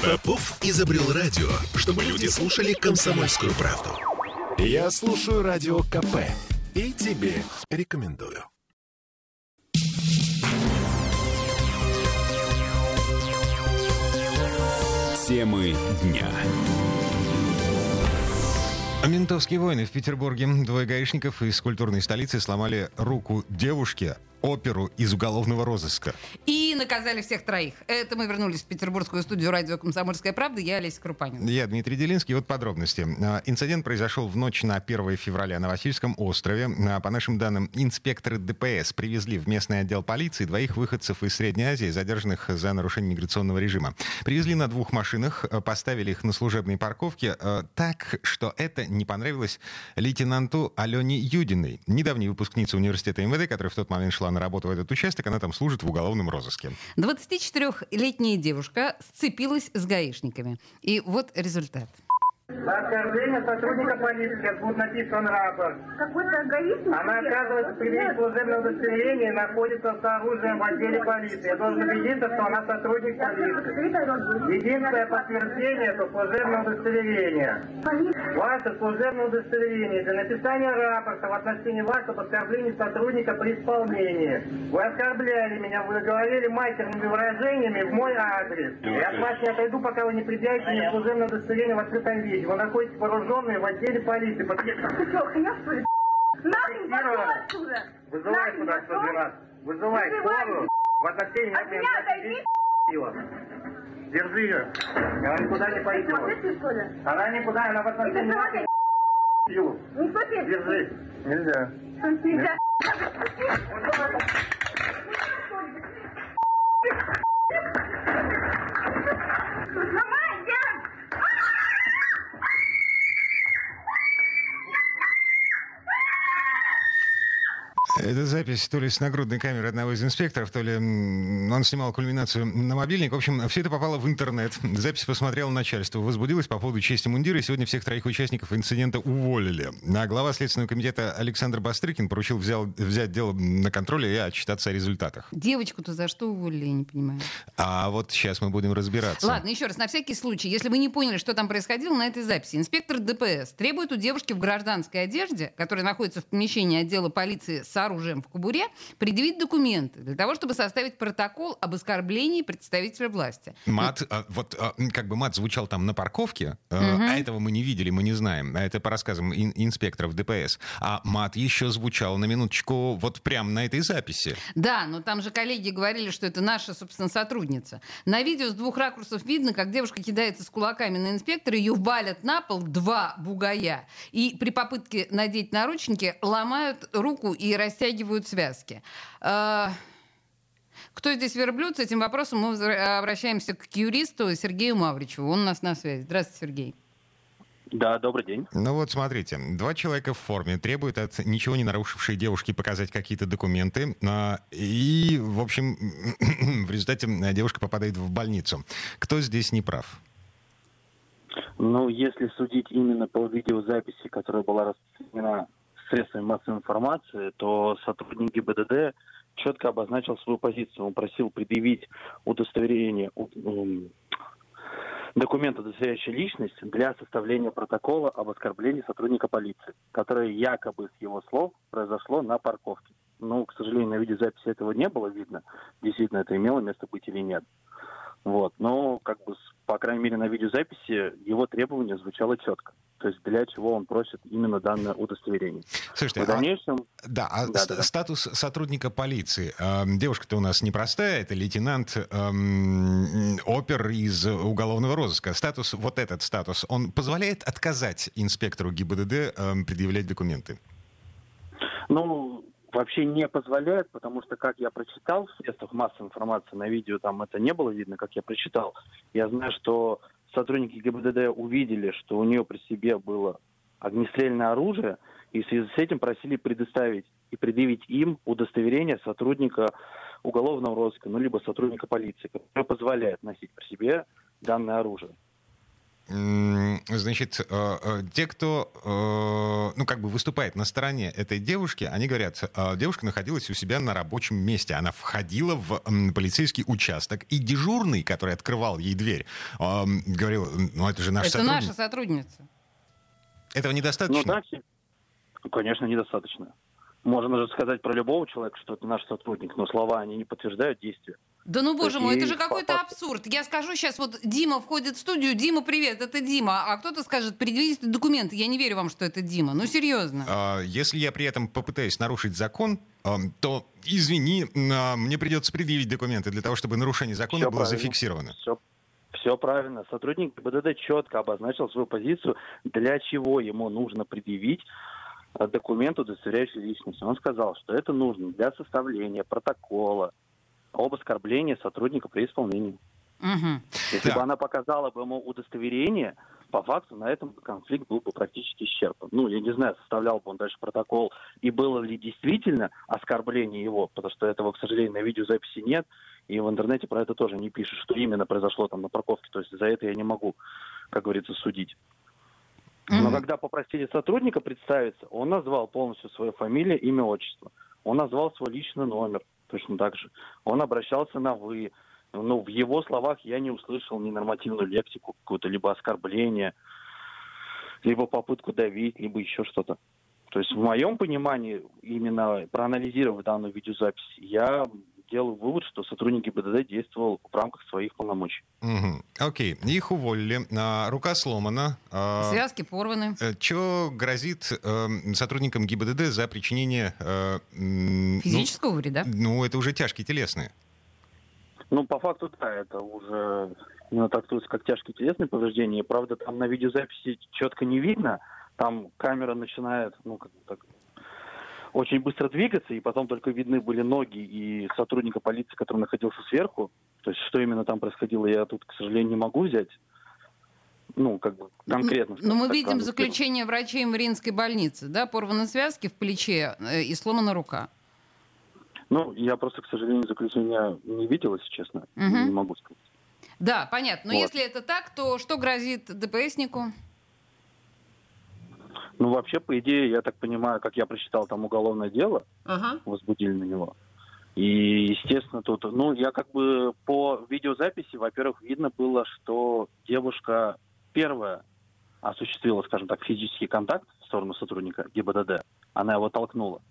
Попов изобрел радио, чтобы люди слушали «Комсомольскую правду». Я слушаю Радио КП и тебе рекомендую. Темы дня. Ментовские войны в Петербурге. Двое гаишников из культурной столицы сломали руку девушке, оперу из уголовного розыска. И наказали всех троих. Это мы вернулись в петербургскую студию радио «Комсомольская правда». Я Олеся Крупанина. Я Дмитрий Делинский. Вот подробности. Инцидент произошел в ночь на 1 февраля на Васильевском острове. По нашим данным, инспекторы ДПС привезли в местный отдел полиции двоих выходцев из Средней Азии, задержанных за нарушение миграционного режима. Привезли на 2 машинах, поставили их на служебной парковке так, что это не понравилось лейтенанту Алене Юдиной, недавней выпускнице университета МВД, которая в тот момент шла на работу в этот участок, она там служит в уголовном розыске. 24-летняя девушка сцепилась с гаишниками. И вот результат. За оскорбление сотрудника полиции будет написан рапорт. Какой-то гаишник? Она, оказывается, предъявит служебное удостоверение и находится с оружием в отделе полиции. Я должен убедиться, что она сотрудник полиции. Единственное подтверждение — это служебное удостоверение. Ваше служебное удостоверение для написания рапорта в отношении вас об оскорблении сотрудника при исполнении. Вы оскорбляли меня, вы говорили матерными выражениями в мой адрес. Я от вас не отойду, пока вы не предъявите мне служебное удостоверение в открытом виде. Вы находитесь вооруженные в отделе полиции. Ты что, охренел, что ли? Нахрен, пошел отсюда! Вызывай сюда 112. Вызывай скорую. В отношении от меня отойди! Держи ее. Она никуда не пойдет. Она никуда, она в отношении вас. Держи. Нельзя. Нельзя. Это запись то ли с нагрудной камеры одного из инспекторов, то ли он снимал кульминацию на мобильник. В общем, все это попало в интернет. Запись посмотрело начальство, возбудилось по поводу чести мундира, и сегодня всех троих участников инцидента уволили. А глава Следственного комитета Александр Бастрыкин поручил взять дело на контроль и отчитаться о результатах. Девочку-то за что уволили, я не понимаю. А вот сейчас мы будем разбираться. Ладно, еще раз, на всякий случай, если вы не поняли, что там происходило на этой записи, инспектор ДПС требует у девушки в гражданской одежде, которая находится в помещении отдела полиции с оружием в кобуре, предъявить документы для того, чтобы составить протокол об оскорблении представителя власти. Мат, как бы мат звучал там на парковке, а этого мы не видели, мы не знаем. Это по рассказам инспекторов ДПС. А мат еще звучал, на минуточку, вот прямо на этой записи. Да, но там же коллеги говорили, что это наша, собственно, сотрудница. На видео с 2 ракурсов видно, как девушка кидается с кулаками на инспектора, ее валят на пол 2 бугая. И при попытке надеть наручники ломают руку и растягивают связки. Кто здесь верблюд? С этим вопросом мы обращаемся к юристу Сергею Мавричеву. Он у нас на связи. Здравствуйте, Сергей. Да, добрый день. Ну вот смотрите, 2 человека в форме требуют от ничего не нарушившей девушки показать какие-то документы, и, в общем, в результате девушка попадает в больницу. Кто здесь не прав? Ну, если судить именно по видеозаписи, которая была распространена средствами массовой информации, то сотрудник ГИБДД четко обозначил свою позицию. Он просил предъявить удостоверение, документ, удостоверяющий личность для составления протокола об оскорблении сотрудника полиции, которое якобы, с его слов, произошло на парковке. Ну, к сожалению, на видеозаписи этого не было видно, действительно это имело место быть или нет. Вот. Но, как бы, по крайней мере, на видеозаписи его требование звучало четко. То есть для чего он просит именно данное удостоверение. Слушайте, в дальнейшем... статус сотрудника полиции. Девушка-то у нас непростая, это лейтенант опер из уголовного розыска. Вот этот статус, он позволяет отказать инспектору ГИБДД предъявлять документы? Ну, вообще не позволяет, потому что, как я прочитал в средствах массовой информации, на видео там это не было видно, как я прочитал. Я знаю, что сотрудники ГИБДД увидели, что у нее при себе было огнестрельное оружие, и в связи с этим просили предоставить и предъявить им удостоверение сотрудника уголовного розыска, ну, либо сотрудника полиции, которое позволяет носить при себе данное оружие. Значит, те, кто, выступает на стороне этой девушки, они говорят, девушка находилась у себя на рабочем месте. Она входила в полицейский участок, и дежурный, который открывал ей дверь, говорил, это же наша сотрудница. Это наша сотрудница. Этого недостаточно? Конечно, недостаточно. Можно же сказать про любого человека, что это наш сотрудник, но слова, они не подтверждают действия. Да ну, боже мой, это же какой-то абсурд. Я скажу сейчас, вот Дима входит в студию, Дима, привет, это Дима. А кто-то скажет, предъявите документы. Я не верю вам, что это Дима. Ну, серьезно. Если я при этом попытаюсь нарушить закон, то, извини, мне придется предъявить документы для того, чтобы нарушение закона было зафиксировано. Все правильно. Сотрудник ГИБДД четко обозначил свою позицию, для чего ему нужно предъявить документ, удостоверяющий личность. Он сказал, что это нужно для составления протокола об оскорблении сотрудника при исполнении. Угу. Если бы она показала бы ему удостоверение, по факту на этом конфликт был бы практически исчерпан. Ну, я не знаю, составлял бы он дальше протокол, и было ли действительно оскорбление его, потому что этого, к сожалению, на видеозаписи нет, и в интернете про это тоже не пишут, что именно произошло там на парковке. То есть за это я не могу, как говорится, судить. Но когда попросили сотрудника представиться, он назвал полностью свою фамилию, имя, отчество. Он назвал свой личный номер, точно так же. Он обращался на «вы». Ну, в его словах я не услышал ни нормативную лексику, какое-то либо оскорбление, либо попытку давить, либо еще что-то. То есть в моем понимании, именно проанализировав данную видеозапись, я делаю вывод, что сотрудник ГИБДД действовал в рамках своих полномочий. Окей. Их уволили. Рука сломана. Связки порваны. Что грозит сотрудникам ГИБДД за причинение... физического вреда? Ну, это уже тяжкие телесные. Ну, по факту, да, это уже трактуется как тяжкие телесные повреждения. Правда, там на видеозаписи четко не видно. Там камера начинает, очень быстро двигаться, и потом только видны были ноги и сотрудника полиции, который находился сверху. То есть, что именно там происходило, я тут, к сожалению, не могу взять. Конкретно. Но мы видим заключение врачей Мариинской больницы, да? Порваны связки в плече и сломана рука. Я просто, к сожалению, заключения не видел, если честно. Не могу сказать. Да, понятно. Но если это так, то что грозит ДПСнику? Вообще, по идее, я так понимаю, как я прочитал, там уголовное дело возбудили на него. И, естественно, тут... я по видеозаписи, во-первых, видно было, что девушка первая осуществила, скажем так, физический контакт в сторону сотрудника ГИБДД. Она его толкнула.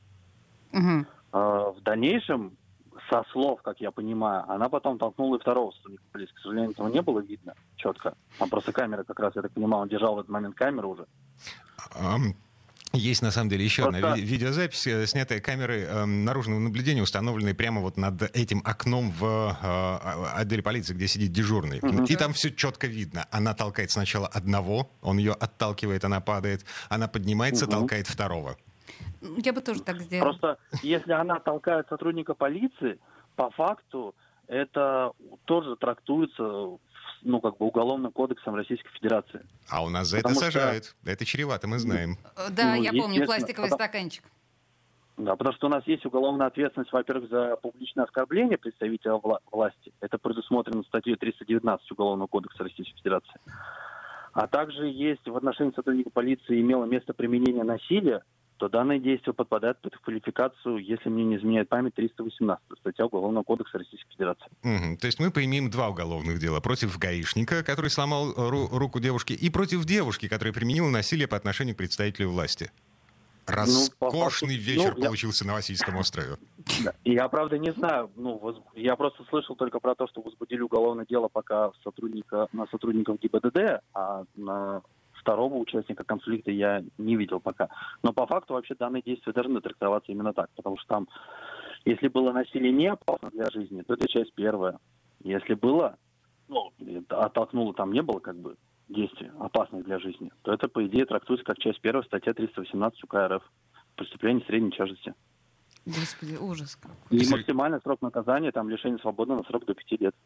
В дальнейшем, со слов, как я понимаю, она потом толкнула и второго сотрудника полиции. К сожалению, этого не было видно четко. Там просто камера как раз, я так понимаю, он держал в этот момент камеру уже. Есть, на самом деле, еще одна видеозапись, снятая камерой наружного наблюдения, установленной прямо вот над этим окном в отделе полиции, где сидит дежурный. И там все четко видно. Она толкает сначала одного, он ее отталкивает, она падает. Она поднимается, толкает второго. Я бы тоже так сделала. Просто если она толкает сотрудника полиции, по факту это тоже трактуется Уголовным кодексом Российской Федерации. А у нас за это сажают. Это чревато, мы знаем. Да, я помню, пластиковый стаканчик. Да, потому что у нас есть уголовная ответственность, во-первых, за публичное оскорбление представителя власти. Это предусмотрено статьей 319 Уголовного кодекса Российской Федерации. А также есть в отношении сотрудника полиции имело место применение насилия, то данное действие подпадает под квалификацию, если мне не изменяет память, 318 статья Уголовного кодекса Российской Федерации. То есть мы поимеем два уголовных дела. Против гаишника, который сломал руку девушки, и против девушки, которая применила насилие по отношению к представителю власти. Роскошный вечер получился на Васильском острове. Да. Я, правда, не знаю. Я просто слышал только про то, что возбудили уголовное дело пока на сотрудников ГИБДД, а на второго участника конфликта я не видел пока. Но по факту вообще данные действия должны трактоваться именно так. Потому что там, если было насилие не опасно для жизни, то это часть первая. Если было, оттолкнуло, там не было действий опасных для жизни, то это, по идее, трактуется как часть первая, статья 318 УК РФ. Преступление средней тяжести. Господи, ужас какой. И максимальный срок наказания, там, лишение свободы на срок до 5 лет.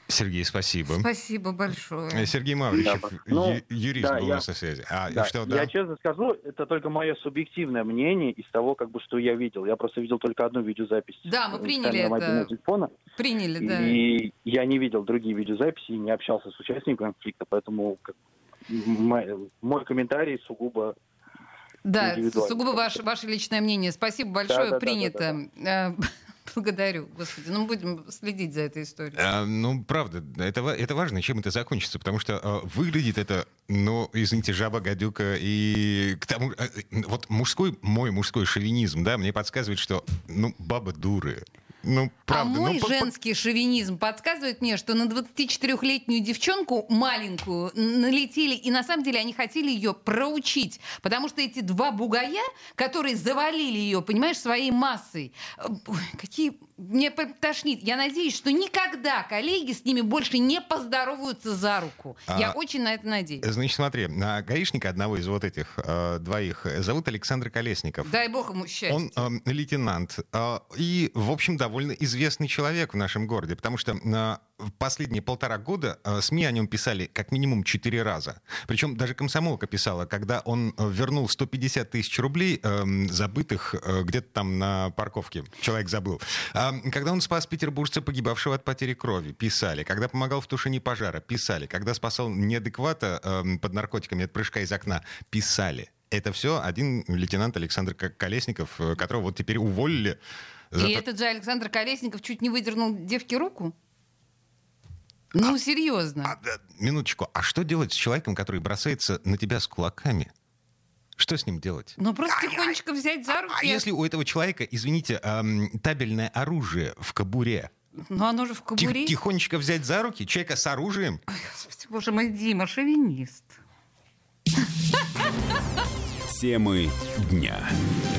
Сергей, спасибо. Спасибо большое. Сергей Мавричев, юрист, был у нас на связи. Я честно скажу, это только мое субъективное мнение из того, что я видел. Я просто видел только одну видеозапись. Да, мы приняли это. Телефона, приняли, да. И я не видел другие видеозаписи, не общался с участниками конфликта, поэтому мой комментарий сугубо... Да, сугубо ваше личное мнение. Спасибо большое, принято. Да. Благодарю, Господи. Будем следить за этой историей. Правда, это важно, чем это закончится, потому что выглядит это, извините, жаба, гадюка, и к тому вот мой мужской шовинизм, да, мне подсказывает, что, баба дуры. Правда, мой женский шовинизм подсказывает мне, что на 24-летнюю девчонку маленькую налетели, и на самом деле они хотели ее проучить, потому что эти два бугая, которые завалили ее, понимаешь, своей массой, какие... Мне тошнит. Я надеюсь, что никогда коллеги с ними больше не поздороваются за руку. Я очень на это надеюсь. Значит, смотри, гаишника одного из вот этих двоих зовут Александр Колесников. Дай бог ему счастья. Он лейтенант. И, в общем, довольно известный человек в нашем городе, потому что в последние 1,5 года СМИ о нем писали как минимум 4 раза. Причем даже «Комсомолка» писала, когда он вернул 150 тысяч рублей, забытых где-то там на парковке. Человек забыл. Когда он спас петербуржца, погибавшего от потери крови, писали. Когда помогал в тушении пожара, писали. Когда спасал неадеквата под наркотиками от прыжка из окна, писали. Это все один лейтенант Александр Колесников, которого вот теперь уволили. И этот же Александр Колесников чуть не выдернул девке руку? Серьезно. Минуточку. А что делать с человеком, который бросается на тебя с кулаками? Что с ним делать? Просто тихонечко взять за руки. А если у этого человека, извините, табельное оружие в кобуре? Оно же в кобуре. Тихонечко взять за руки человека с оружием? Ой, Господи, боже мой, Дима, шовинист. Темы дня.